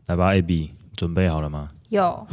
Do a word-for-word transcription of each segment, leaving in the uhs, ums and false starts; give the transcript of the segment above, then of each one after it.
来吧 ，A B， 准备好了吗？ 有。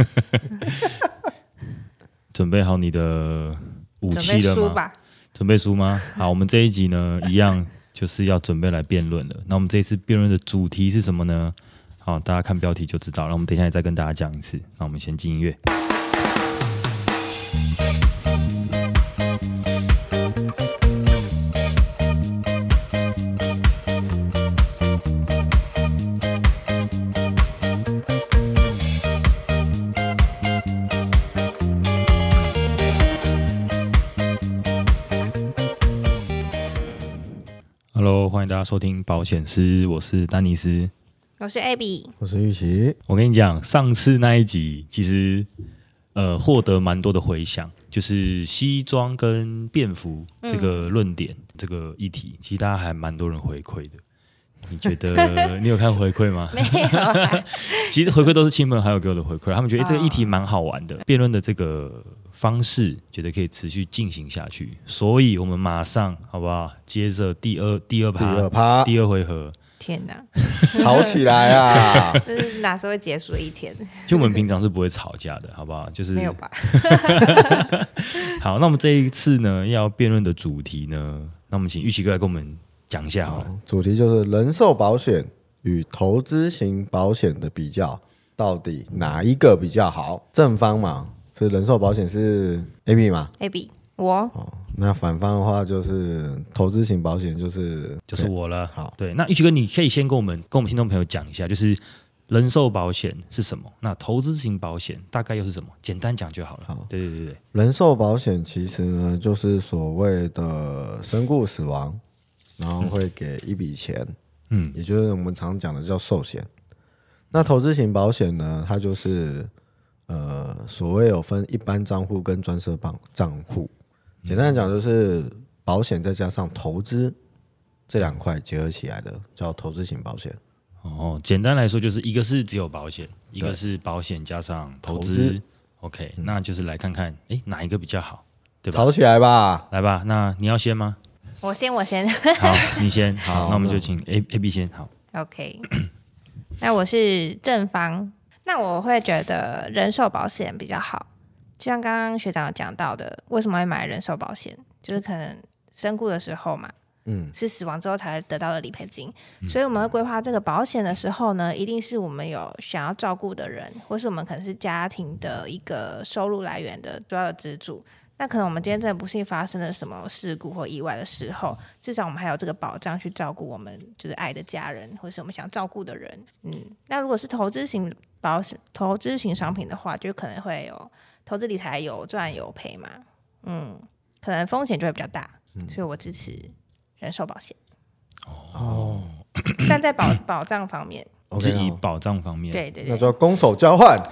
准备好你的武器了吗？ 准备输吧。 准备输吗？好，我们这一集呢，一样就是要准备来辩论了。那我们这一次辩论的主题是什么呢？好，大家看标题就知道了。我们等一下再跟大家讲一次。那我们先进音乐。Hello， 欢迎大家收听保险师，我是丹尼斯， 我是 Abby， 我是玉琪。 我跟你讲，上次那一集其实呃获得蛮多的回响，就是西装跟便服这个论点、嗯、这个议题，其实大家还蛮多人回馈的。你觉得你有看回馈吗？ 没有、啊， 其实回馈都是亲朋好友给我的回馈，他们觉得、欸、这个议题蛮好玩的，辩论的这个方式觉得可以持续进行下去，所以我们马上好不好？接着第二第二趴， 第二趴， 第二回合。 天哪， 吵起来啊！ 这是哪时候会结束的一天？ 就我们平常是不会吵架的，好不好？就是没有吧？ 好，那我们这一次呢，要辩论的主题呢，那我们请玉琪哥来跟我们讲一下好了。 好，主题就是人寿保险与投资型保险的比较，到底哪一个比较好？正方嘛，是人寿保险是 A B 嘛 ？A B 我、 哦，那反方的话就是投资型保险就是就是我了。 好， 对，那玉琪哥你可以先跟我们跟我们听众朋友讲一下，就是人寿保险是什么？那投资型保险大概又是什么？简单讲就好了。 好， 对对对对， 人寿保险其实呢就是所谓的身故死亡，然后会给一笔钱，嗯，也就是我们常讲的叫寿险。那投资型保险呢，它就是呃所谓有分一般账户跟专设账户，简单讲就是保险再加上投资这两块结合起来的叫投资型保险。 哦，简单来说就是一个是只有保险，一个是保险加上投资。投资 OK，、嗯、那就是来看看，哎，哪一个比较好，对吧？ 吵起来吧， 来吧。那你要先吗？ 我先，我先。 好，你先。好， 好那我们就请 A A B 先。好 ，OK 。那我是正方，那我会觉得人寿保险比较好。就像刚刚学长有讲到的，为什么会买人寿保险？就是可能身故的时候嘛，嗯，是死亡之后才会得到的理赔金，嗯、所以我们会规划这个保险的时候呢，一定是我们有想要照顾的人，或是我们可能是家庭的一个收入来源的主要的支柱。那可能我们今天真的不幸发生了什么事故或意外的时候，至少我们还有这个保障去照顾我们就是爱的家人，或是我们想照顾的人。嗯，那如果是投资型保险、投资型商品的话，就可能会有投资理财有赚有赔嘛，嗯，可能风险就会比较大，嗯、所以我支持人寿保险。 哦， 站在保保障方面， 是以保障方面， 对对对， 那就要攻守交换。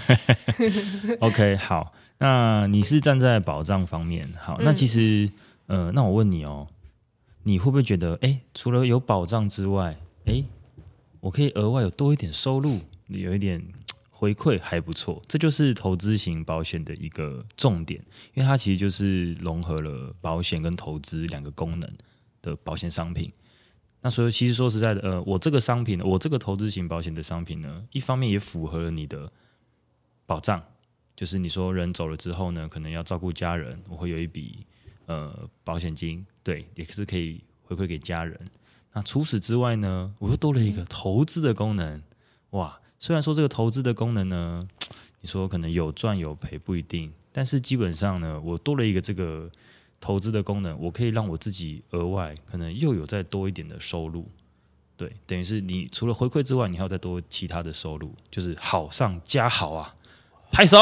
OK，OK，、 okay. okay, 好。那你是站在保障方面，好，那其实，嗯、呃，那我问你哦，你会不会觉得，哎，除了有保障之外，哎，我可以额外有多一点收入，有一点回馈还不错，这就是投资型保险的一个重点，因为它其实就是融合了保险跟投资两个功能的保险商品。那所以其实说实在的，呃，我这个商品，我这个投资型保险的商品呢，一方面也符合了你的保障。就是你说人走了之后呢，可能要照顾家人，我会有一笔呃保险金，对，也是可以回馈给家人。那除此之外呢，我又多了一个投资的功能，哇！虽然说这个投资的功能呢，你说可能有赚有赔不一定，但是基本上呢，我多了一个这个投资的功能，我可以让我自己额外可能又有再多一点的收入，对，等于是你除了回馈之外，你还要再多其他的收入，就是好上加好啊！拍手！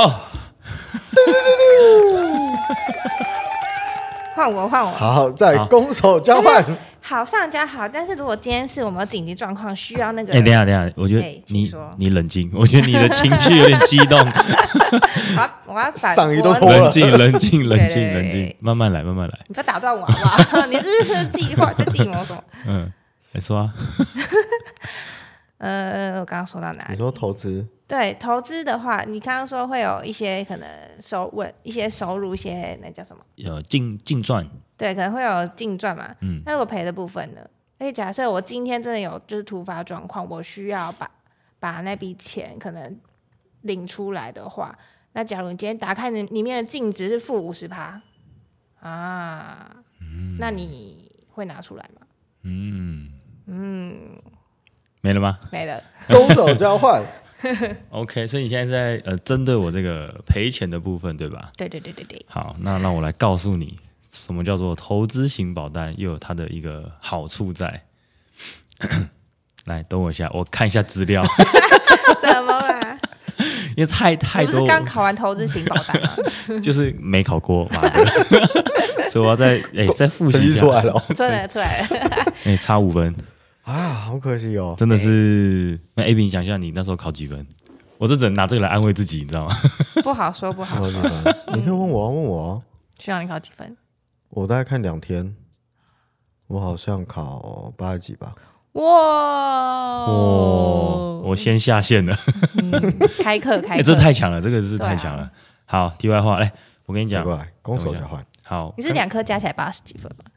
换我，换我。 好，再攻守交换。 好上加好，但是如果今天是我们紧急状况需要那个， 哎、欸，等一下，等一下，我觉得你、欸、你冷静，我觉得你的情绪有点激动。 我要我要反上衣都脱了， 冷静，冷静，冷静，冷静，慢慢来，慢慢来。 你不要打断我好不好？你这是计划，这计谋什么？ 嗯，来说啊。 呃，我刚刚说到哪里？ 你说投资？ 对，投资的话，你刚刚说会有一些可能收问一些收入，一些那叫什么？ 有净净赚。 对，可能会有净赚嘛。 嗯。 那如果赔的部分呢？而且假设我今天真的有就是突发状况，我需要把把那笔钱可能领出来的话，那假如你今天打开里面的净值是负五十趴啊、嗯，那你会拿出来吗？嗯嗯， 没了吗？ 没了， 攻守交换。 OK， 所以你现在是在呃针对我这个赔钱的部分，对吧？ 对对对对对。 好，那让我来告诉你，什么叫做投资型保单，又有它的一个好处在。来，等我一下，我看一下资料。 什么啊？ 因为太太多， 你不是刚考完投资型保单吗？ 就是没考过，妈的！所以我要再哎、欸、再复习一下。 出来了， 出来了，出来了。 哎、欸，差五分啊，好可惜哦！ 真的是。那 A B， 你想一下，你那时候考几分？我这只能拿这个来安慰自己，你知道吗？ 不好说，不好说。 你可以问我，问我。 需要你考几分？ 我大概看两天，我好像考八十几吧。 哇！ 哇！我先下线了。 嗯、开课开课、 欸，这太强了，这个是太强了。啊、好，题外话，来，我跟你讲， 过来，攻守交换。 好， 你是两科加起来八十几分吗？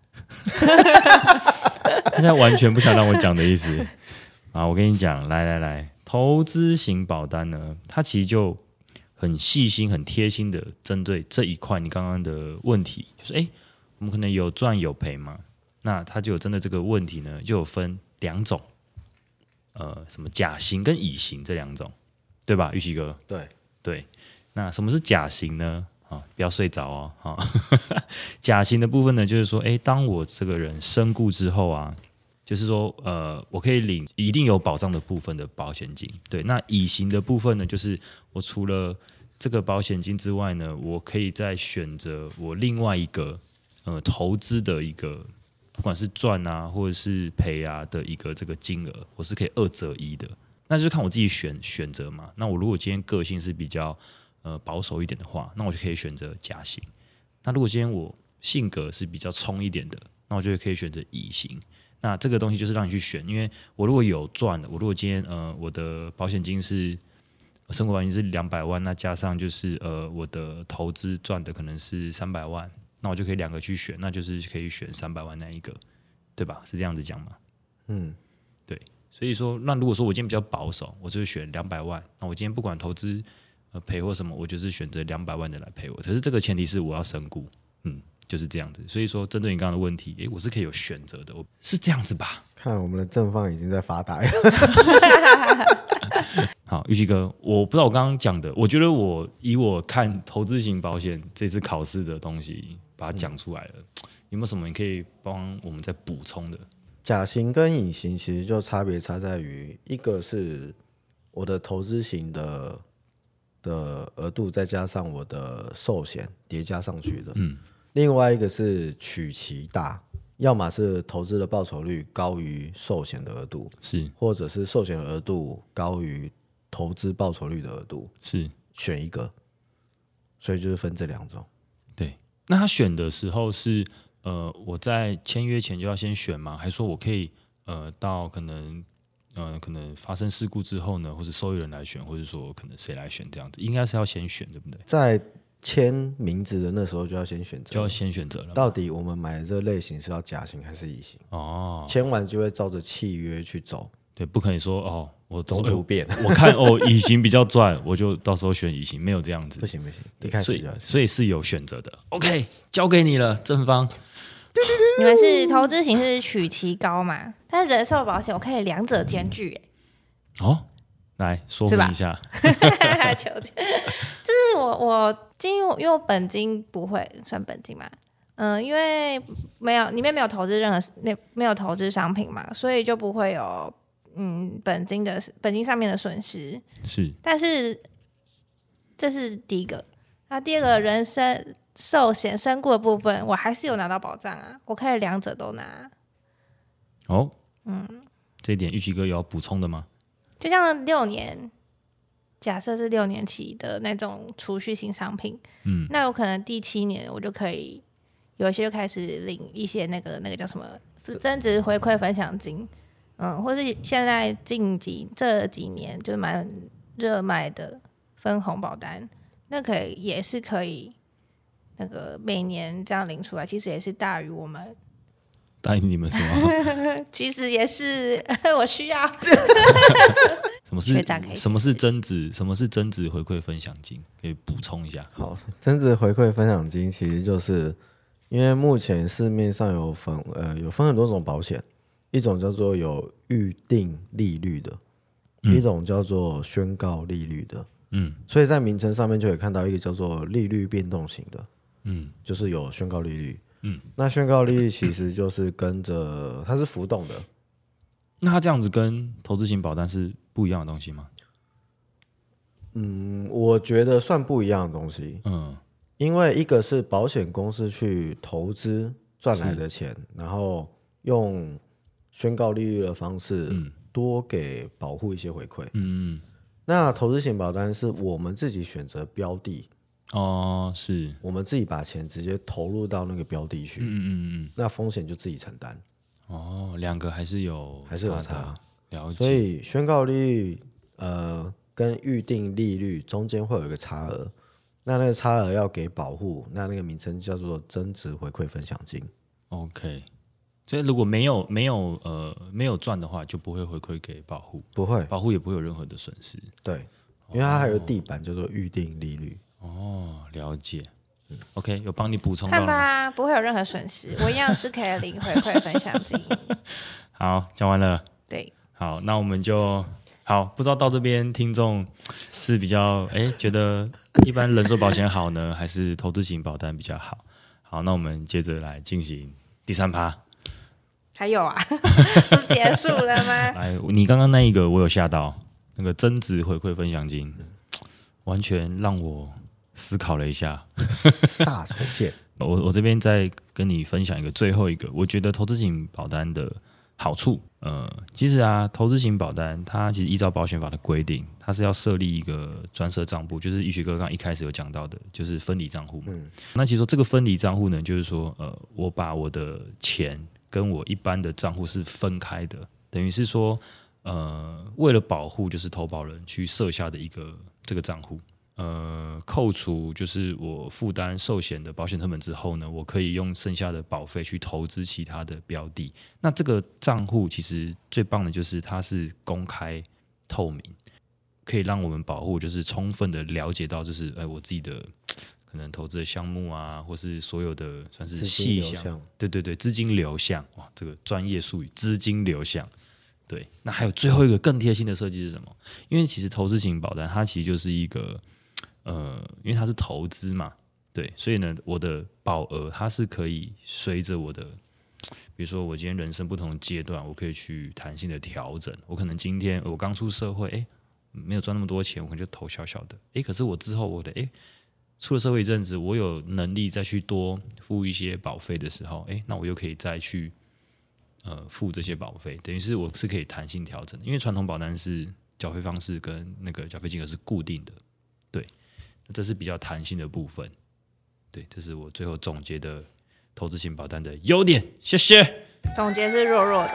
现在完全不想让我讲的意思啊！我跟你讲，来来来，投资型保单呢，它其实就很细心、很贴心的针对这一块你刚刚的问题，就是哎、欸，我们可能有赚有赔嘛，那它就有针对这个问题呢，就有分两种，呃，什么甲型跟乙型这两种，对吧，玉琪哥？ 对对，那什么是甲型呢？啊，不要睡着哦！啊，甲型的部分呢，就是说，哎，当我这个人身故之后啊，就是说，呃，我可以领一定有保障的部分的保险金。对，那乙型的部分呢，就是我除了这个保险金之外呢，我可以再选择我另外一个呃投资的一个，不管是赚啊或者是赔啊的一个这个金额，我是可以二择一的。那就是看我自己选选择嘛。那我如果今天个性是比较呃保守一点的话，那我就可以选择甲型。那如果今天我性格是比较冲一点的，那我就可以选择乙型。那这个东西就是让你去选，因为我如果有赚的，我如果今天呃我的保险金是生活保险金是两百万，那加上就是呃我的投资赚的可能是三百万，那我就可以两个去选，那就是可以选三百万那一个，对吧？是这样子讲吗？嗯，对。所以说，那如果说我今天比较保守，我就选两百万，那我今天不管投资呃赔或什么，我就是选择两百万的来赔我。可是这个前提是我要身故，嗯。就是这样子，所以说针对你刚刚的问题，诶，我是可以有选择的，我是这样子吧？ 看来我们的正方已经在发呆了。 好，玉琪哥，我不知道我刚刚讲的，我觉得我以我看投资型保险这次考试的东西，把它讲出来了，嗯、有没有什么你可以帮我们再补充的？ 甲型跟乙型其实就差别差在于，一个是我的投资型的的额度，再加上我的寿险叠加上去的，嗯。另外一个是取其大，要么是投资的报酬率高于寿险的额度， 是， 或者是寿险的额度高于投资报酬率的额度， 是， 选一个，所以就是分这两种。 对，那他选的时候是呃，我在签约前就要先选吗？还是说我可以呃到可能呃可能发生事故之后呢，或者受益人来选，或者说可能谁来选这样子？应该是要先选，对不对？ 在签名字的那时候就要先选择， 就要先选择了。 到底我们买的这个类型是要甲型还是乙型？哦，签完就会照着契约去走。 对，不可以说哦，我中途变， 我看哦乙型比较赚，我就到时候选乙型，没有这样子。 不行不行，一开始就要所以所以是有选择的。OK， 交给你了，正方。 你们是投资型是取其高嘛？但是人寿保险我可以两者兼具耶。 哦。来说明一下， 求求，就是我我金因为我本金不会算本金嘛，嗯、呃，因为没有里面没有投资任何没没有投资商品嘛，所以就不会有嗯本金的本金上面的损失。 是， 但是这是第一个，那第二个人身寿险身故的部分，我还是有拿到保障啊，我可以两者都拿。 哦，嗯，这一点玉琪哥有要补充的吗？ 就像六年，假设是六年期的那种储蓄型商品，嗯，那有可能第七年我就可以有一些就开始领一些那个那个叫什么增值回馈分享金，嗯，或是现在近几这几年就蛮热卖的分红保单，那可以也是可以那个每年这样领出来，其实也是大于我们。 答应你们什么？ 其实也是我需要什么么是什么是增值？什么是增值回馈分享金？可以补充一下。 好，增值回馈分享金其实就是因为目前市面上有分呃有分很多种保险，一种叫做有预定利率的，嗯、一种叫做宣告利率的。嗯，所以在名称上面就可以看到一个叫做利率变动型的，嗯，就是有宣告利率。嗯，那宣告利率其实就是跟着它是浮动的。 那它这样子跟投资型保单是不一样的东西吗？ 嗯，我觉得算不一样的东西。嗯，因为一个是保险公司去投资赚来的钱，然后用宣告利率的方式多给保护一些回馈。嗯嗯。那投资型保单是我们自己选择标的。 哦，是我们自己把钱直接投入到那个标的去。嗯嗯嗯。那风险就自己承担。 哦，两个还是有还是有差， 了解。 所以宣告利率呃跟预定利率中间会有一个差额，那那个差额要给保护，那那个名称叫做增值回馈分享金。 OK， 所以如果没有没有呃没有赚的话，就不会回馈给保护， 不会， 保护也不会有任何的损失。 对，因为它还有地板叫做预定利率。 哦，了解。OK， 有帮你补充到了吗？看吧，不会有任何损失，我一样是可以领回馈分享金。 好，讲完了。 对， 好，那我们就好。不知道到这边听众是比较哎觉得一般人寿保险好呢，还是投资型保单比较好？好，那我们接着来进行第三趴。 还有啊，不是结束了吗？ 来，你刚刚那一个我有吓到，那个增值回馈分享金，完全让我思考了一下， 杀手锏。 我我这边再跟你分享一个最后一个，我觉得投资型保单的好处。呃，其实啊，投资型保单它其实依照保险法的规定，它是要设立一个专设账簿，就是玉旭哥刚刚一开始有讲到的，就是分离账户嘛。嗯、那其实说这个分离账户呢，就是说，呃，我把我的钱跟我一般的账户是分开的，等于是说，呃，为了保护就是投保人去设下的一个这个账户。呃，扣除就是我负担寿险的保险成本之后呢，我可以用剩下的保费去投资其他的标的。那这个账户其实最棒的就是它是公开透明，可以让我们保护就是充分的了解到就是哎我自己的可能投资的项目啊，或是所有的算是细项，对对对，资金流向，哇，这个专业术语，资金流向。对，那还有最后一个更贴心的设计是什么？因为其实投资型保单它其实就是一个。呃，因为它是投资嘛，对，所以呢，我的保额它是可以随着我的，比如说我今天人生不同的阶段，我可以去弹性的调整。我可能今天我刚出社会，哎，没有赚那么多钱，我可能就投小小的，哎，可是我之后我的，哎，出了社会一阵子，我有能力再去多付一些保费的时候，哎，那我又可以再去呃付这些保费，等于是我是可以弹性调整的。因为传统保单是缴费方式跟那个缴费金额是固定的，对。这是比较弹性的部分，对，这是我最后总结的投资型保单的优点。谢谢。 总结是弱弱的。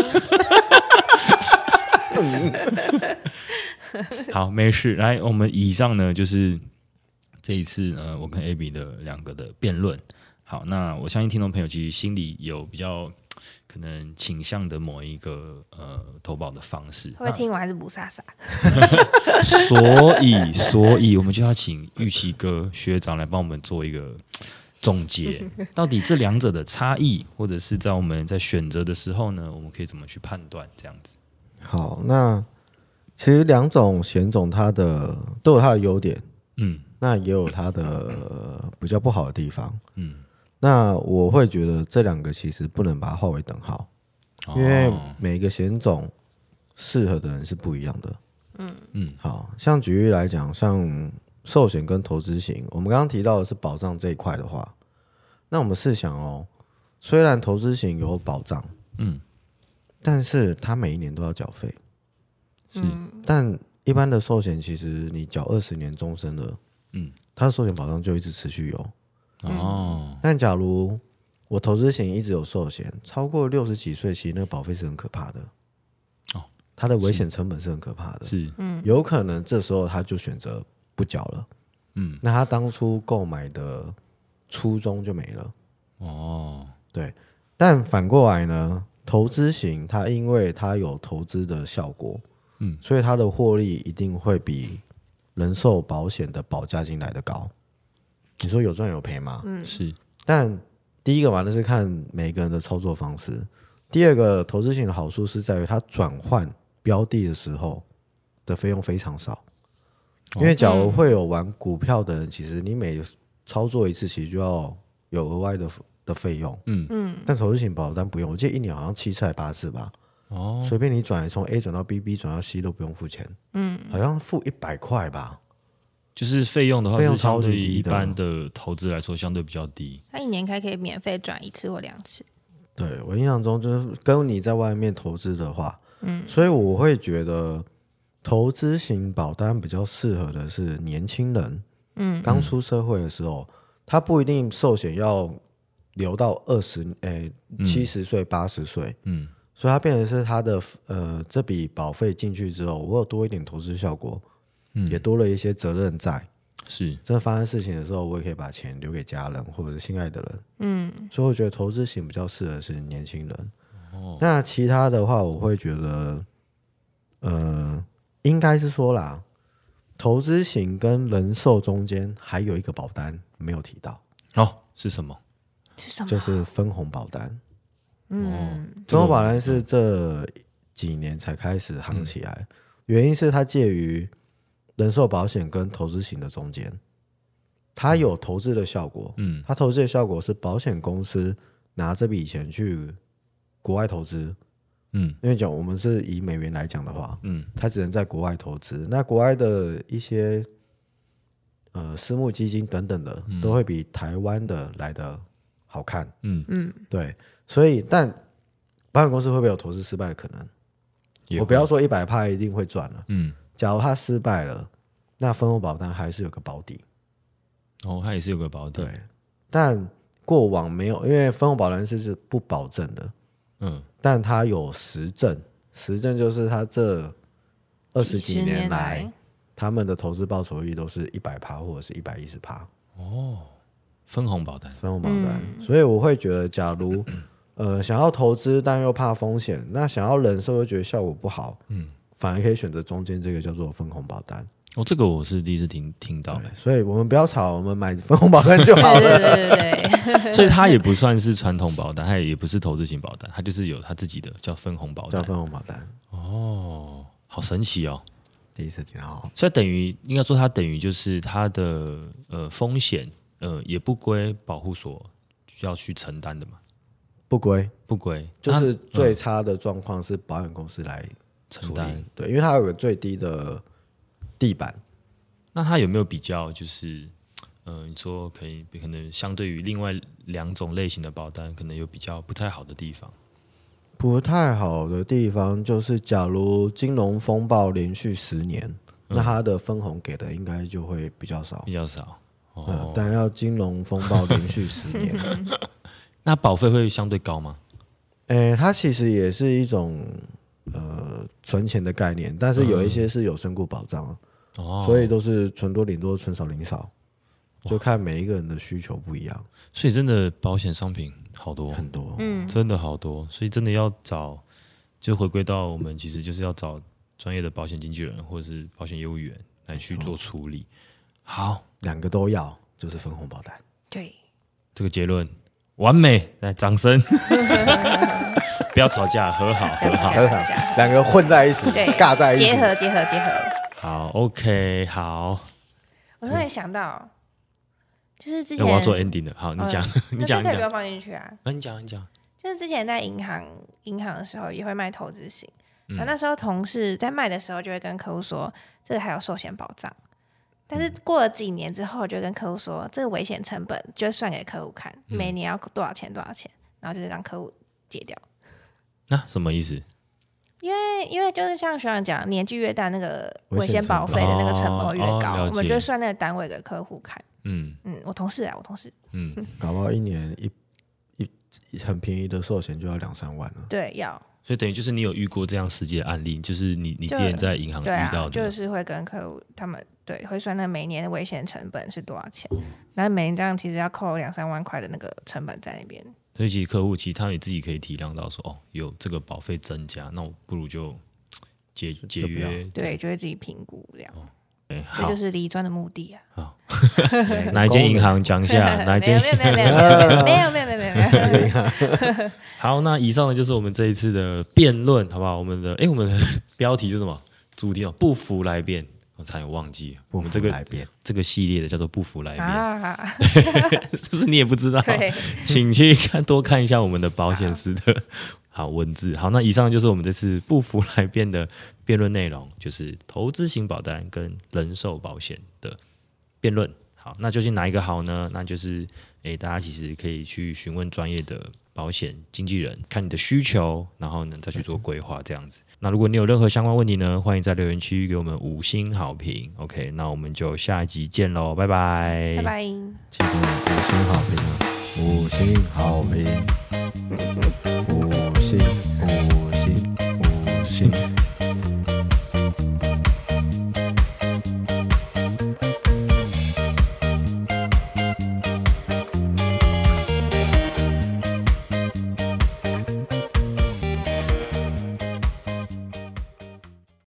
好，没事。来，我们以上呢就是这一次呢我跟 Abby 的两个的辩论。好，那我相信听众朋友其实心里有比较可能倾向的某一个呃投保的方式， 会不会听完还是不傻傻？ 所以，所以我们就要请玉琪哥学长来帮我们做一个总结，到底这两者的差异，或者是在我们在选择的时候呢，我们可以怎么去判断？这样子。 好，那其实两种险种它的都有它的优点，嗯，那也有它的比较不好的地方，嗯。那我会觉得这两个其实不能把它划为等号，哦、因为每个险种适合的人是不一样的。嗯嗯，好像举例来讲，像寿险跟投资型，我们刚刚提到的是保障这一块的话，那我们试想哦，虽然投资型有保障，嗯，但是它每一年都要缴费，是，但一般的寿险其实你缴二十年终身了，嗯，它的寿险保障就一直持续有。哦，但假如我投资险一直有寿险，超过六十几岁，其实那个保费是很可怕的。哦，它的危险成本是很可怕的。是，嗯，有可能这时候他就选择不缴了。嗯，那他当初购买的初衷就没了。哦，对。但反过来呢，投资型它因为它有投资的效果， 嗯，所以它的获利一定会比人寿保险的保价金来的高。你说有赚有赔吗？ 嗯，是。 但第一个嘛，那是看每个人的操作方式。第二个，投资型的好处是在于它转换标的的时候的费用非常少。因为假如会有玩股票的人，其实你每操作一次，其实就要有额外的的费用。嗯嗯。但投资型保单不用，我记得一年好像七次还八次吧。哦。随便你转，从 A 转到 B，B 转到 C 都不用付钱。嗯。好像付一百块吧。 就是费用的话，是相对于一般的投资来说，相对比较低。 他一年还可以免费转一次或两次。 对，我印象中就是跟你在外面投资的话，嗯，所以我会觉得投资型保单比较适合的是年轻人，嗯，刚出社会的时候，他不一定寿险要留到二十，诶，七十岁、八十岁，嗯，所以他变成是他的呃这笔保费进去之后，我有多一点投资效果，嗯，也多了一些责任在。 是， 真的发生事情的时候，我也可以把钱留给家人或者是心爱的人。嗯，所以我觉得投资型比较适合是年轻人。哦，那其他的话，我会觉得，呃，应该是说啦，投资型跟人寿中间还有一个保单没有提到。 哦，是什么？ 是什么？ 就是分红保单。嗯，分红保单是这几年才开始夯起来，嗯、原因是它介于人寿保险跟投资型的中间，它有投资的效果，嗯，它投资的效果是保险公司拿这笔钱去国外投资，嗯，因为讲我们是以美元来讲的话，嗯，它只能在国外投资，那国外的一些呃私募基金等等的，嗯、都会比台湾的来的好看，嗯嗯，对，所以但保险公司会不会有投资失败的可能？我不要说一百趴一定会赚了，嗯。假如他失败了，那分红保单还是有个保底。 哦，它也是有个保底。 对，但过往没有，因为分红保单是是不保证的。嗯，但它有实证，实证就是它这二十几年来，他们的投资报酬率都是一百趴或者是一百一十趴。 哦，分红保单， 分红保单。嗯、所以我会觉得，假如呃想要投资但又怕风险，那想要忍受又觉得效果不好，嗯。反而可以选择中间这个叫做分红保单。 哦，这个我是第一次听听到的， 所以我们不要吵，我们买分红保单就好了。 对对对对。 所以它也不算是传统保单，它也不是投资型保单，它就是有它自己的叫分红保单。 叫分红保单。 哦，好神奇哦！ 第一次听到。 所以等于应该说，它等于就是它的呃风险呃也不归保护所需要去承担的嘛？ 不归， 不归， 就是最差的状况是保险公司来承担，对，因为它有个最低的地板。 那它有没有比较，就是呃，你说可以可能相对于另外两种类型的保单，可能有比较不太好的地方？ 不太好的地方就是，假如金融风暴连续十年，嗯、那它的分红给的应该就会比较少， 比较少。哦， 呃、但要金融风暴连续十年， 那保费会相对高吗？ 诶、欸，它其实也是一种。呃，存钱的概念，但是有一些是有身故保障、嗯、所以都是存多领多，存少领少，就看每一个人的需求不一样。 所以真的保险商品好多很多， 嗯，真的好多，所以真的要找，就回归到我们其实就是要找专业的保险经纪人或者是保险业务员来去做处理。好， 两个都要，就是分红保单。 对， 这个结论完美，来掌声。不要吵架，和好，和好， 和好，两个混在一起，尬在一起， 结合，结合，结合。 好 ，OK， 好。 我突然想到，就是之前我要做 ending 了，好，你讲，你讲，你讲， 不要放进去啊。 那你讲，你讲。 就是之前在银行，银行的时候也会卖投资型，然后那时候同事在卖的时候就会跟客户说，这个还有寿险保障。但是过了几年之后，就跟客户说，这个危险成本就算给客户看，每年要多少钱多少钱，然后就是让客户解掉。 那、啊、什么意思？ 因为因为就是像学长讲，年纪越大，那个危险保费的那个成本会越高，哦哦、我们就算那个单位给客户看。嗯嗯，我同事啊，我同事， 嗯，搞不好一年一一很便宜的寿险就要两三万了。 对，要。 所以等于就是你有遇过这样实际的案例，就是你你之前在银行遇到的， 啊、就是会跟客户他们对会算那每年的危险成本是多少钱，然后每年这样其实要扣两三万块的那个成本在那边。 所以其实客户其实他也自己可以体谅到说，哦，有这个保费增加，那我不如就解解约， 对，就会自己评估这样。 哦这就是理专的目的啊！ 好，哪一间银行讲一下？哪一间？ 没有没有没有没有没有没有没有没有没有。 好，那以上呢就是我们这一次的辩论，好不好？我们的哎，我们的标题是什么？主题哦，不服来辩。我差点忘记了，我们这个这个系列的叫做不服来辩，啊、是不是你也不知道？请去看多看一下我们的保险师的好文字。好，那以上就是我们这次不服来辩的辩论内容，就是投资型保单跟人寿保险的辩论。好，那究竟哪一个好呢？那就是诶，大家其实可以去询问专业的保险经纪人，看你的需求，然后呢再去做规划这样子。那如果你有任何相关问题呢，欢迎在留言区给我们五星好评。OK， 那我们就下一集见喽，拜拜， 拜拜， 记得五星好评啊，五星好评，五星五星五星。